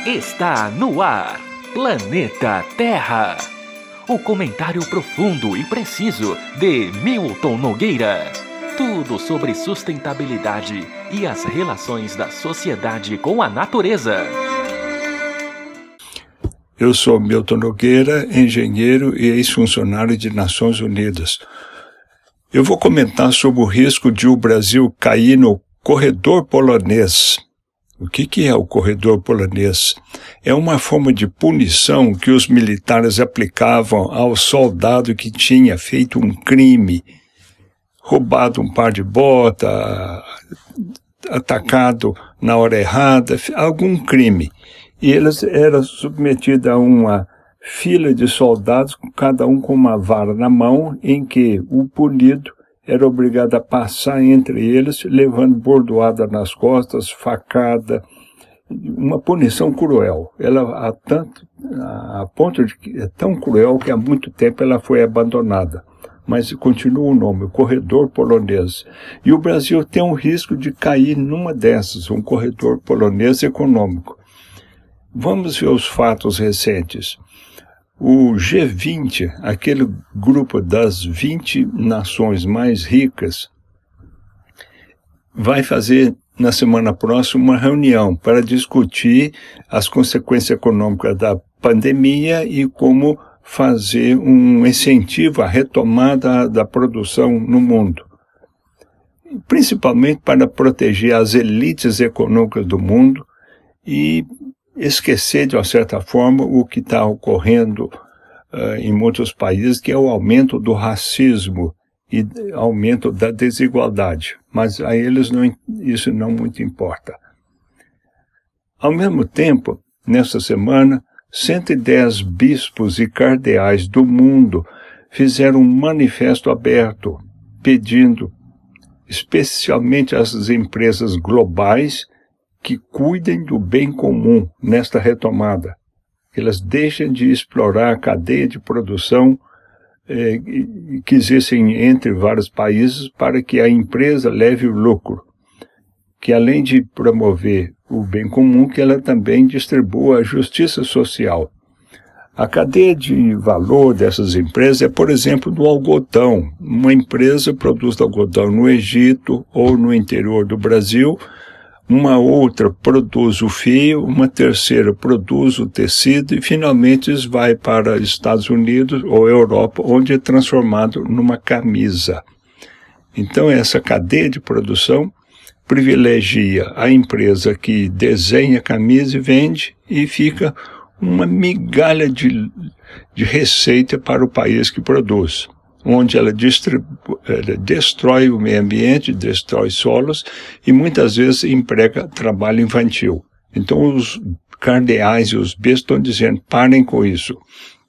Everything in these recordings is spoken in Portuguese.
Está no ar, Planeta Terra. O comentário profundo e preciso de Milton Nogueira. Tudo sobre sustentabilidade e as relações da sociedade com a natureza. Eu sou Milton Nogueira, engenheiro e ex-funcionário de Nações Unidas. Eu vou comentar sobre o risco de o Brasil cair no corredor polonês. O que é o corredor polonês? É uma forma de punição que os militares aplicavam ao soldado que tinha feito um crime, roubado um par de botas, atacado na hora errada, algum crime. E eles eram submetidos a uma fila de soldados, cada um com uma vara na mão, em que o punido era obrigado a passar entre eles, levando bordoada nas costas, facada, uma punição cruel. Ela a ponto de que é tão cruel que há muito tempo ela foi abandonada. Mas continua o nome, o corredor polonês. E o Brasil tem um risco de cair numa dessas, um corredor polonês econômico. Vamos ver os fatos recentes. O G20, aquele grupo das 20 nações mais ricas, vai fazer na semana próxima uma reunião para discutir as consequências econômicas da pandemia e como fazer um incentivo à retomada da produção no mundo. Principalmente para proteger as elites econômicas do mundo e esquecer, de uma certa forma, o que está ocorrendo em muitos países, que é o aumento do racismo e aumento da desigualdade. Mas a eles isso não muito importa. Ao mesmo tempo, nesta semana, 110 bispos e cardeais do mundo fizeram um manifesto aberto, pedindo, especialmente às empresas globais, que cuidem do bem comum nesta retomada, que elas deixem de explorar a cadeia de produção que existem entre vários países para que a empresa leve o lucro, que além de promover o bem comum, que ela também distribua a justiça social. A cadeia de valor dessas empresas é, por exemplo, do algodão. Uma empresa produz algodão no Egito ou no interior do Brasil, uma outra produz o fio, uma terceira produz o tecido e finalmente isso vai para Estados Unidos ou Europa, onde é transformado numa camisa. Então essa cadeia de produção privilegia a empresa que desenha a camisa e vende e fica uma migalha de receita para o país que produz, onde ela destrói o meio ambiente, destrói solos e muitas vezes emprega trabalho infantil. Então os cardeais e os bispos estão dizendo, parem com isso.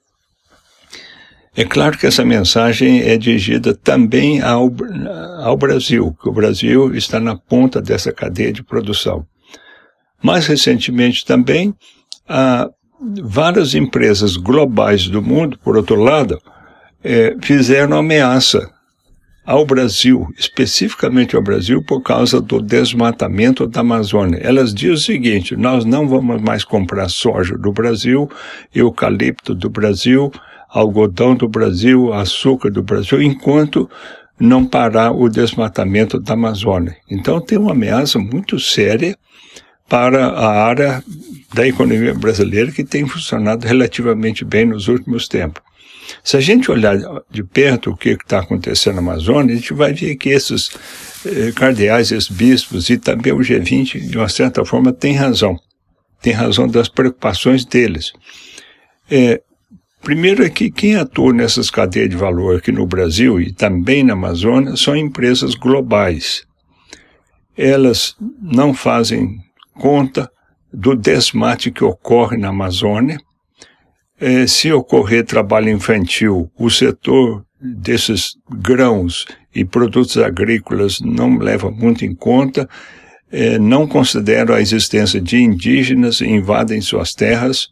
É claro que essa mensagem é dirigida também ao Brasil, que o Brasil está na ponta dessa cadeia de produção. Mais recentemente também, várias empresas globais do mundo, por outro lado, fizeram ameaça ao Brasil, especificamente ao Brasil, por causa do desmatamento da Amazônia. Elas dizem o seguinte, nós não vamos mais comprar soja do Brasil, eucalipto do Brasil, algodão do Brasil, açúcar do Brasil, enquanto não parar o desmatamento da Amazônia. Então tem uma ameaça muito séria para a área da economia brasileira que tem funcionado relativamente bem nos últimos tempos. Se a gente olhar de perto o que está acontecendo na Amazônia, a gente vai ver que esses cardeais, esses bispos e também o G20, de uma certa forma, têm razão. Tem razão das preocupações deles. Primeiro é que quem atua nessas cadeias de valor aqui no Brasil e também na Amazônia são empresas globais. Elas não fazem conta do desmate que ocorre na Amazônia. Se ocorrer trabalho infantil, o setor desses grãos e produtos agrícolas não leva muito em conta, não considera a existência de indígenas, invadem suas terras.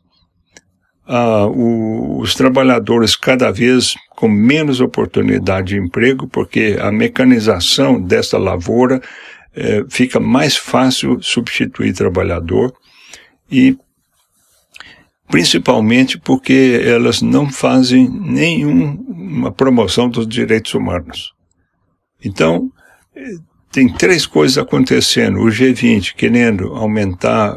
Os trabalhadores cada vez com menos oportunidade de emprego, porque a mecanização desta lavoura fica mais fácil substituir trabalhador e principalmente porque elas não fazem nenhuma promoção dos direitos humanos. Então, tem três coisas acontecendo. O G20 querendo aumentar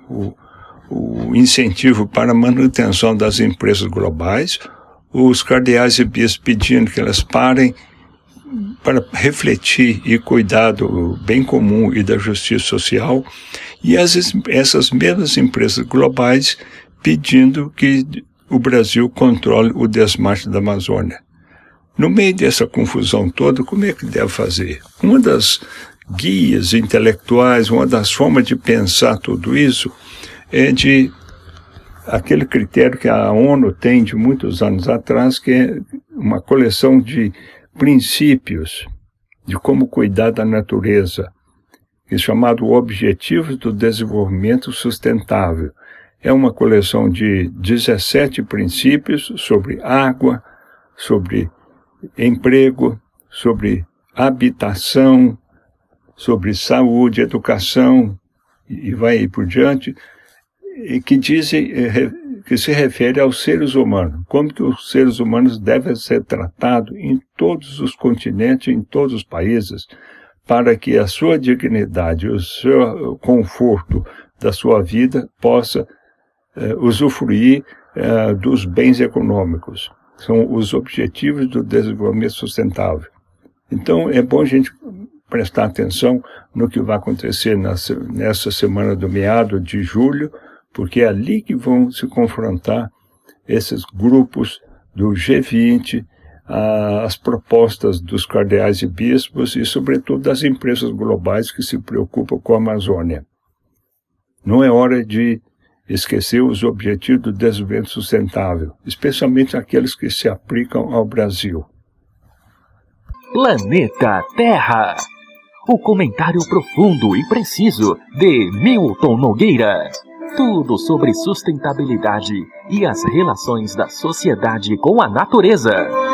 o incentivo para a manutenção das empresas globais, os cardeais e bispos pedindo que elas parem para refletir e cuidar do bem comum e da justiça social, e essas mesmas empresas globais pedindo que o Brasil controle o desmate da Amazônia. No meio dessa confusão toda, como é que deve fazer? Uma das guias intelectuais, uma das formas de pensar tudo isso é de aquele critério que a ONU tem de muitos anos atrás, que é uma coleção de princípios de como cuidar da natureza, que é chamado Objetivos do Desenvolvimento Sustentável. É uma coleção de 17 princípios sobre água, sobre emprego, sobre habitação, sobre saúde, educação, e vai aí por diante, e que dizem, que se refere aos seres humanos, como que os seres humanos devem ser tratados em todos os continentes, em todos os países, para que a sua dignidade, o seu conforto da sua vida possa usufruir dos bens econômicos. São os Objetivos do Desenvolvimento Sustentável. Então, é bom a gente prestar atenção no que vai acontecer nessa semana do meado de julho, porque é ali que vão se confrontar esses grupos do G20, as propostas dos cardeais e bispos e, sobretudo, das empresas globais que se preocupam com a Amazônia. Não é hora de esquecer os Objetivos do Desenvolvimento Sustentável, especialmente aqueles que se aplicam ao Brasil. Planeta Terra. O comentário profundo e preciso de Milton Nogueira. Tudo sobre sustentabilidade e as relações da sociedade com a natureza.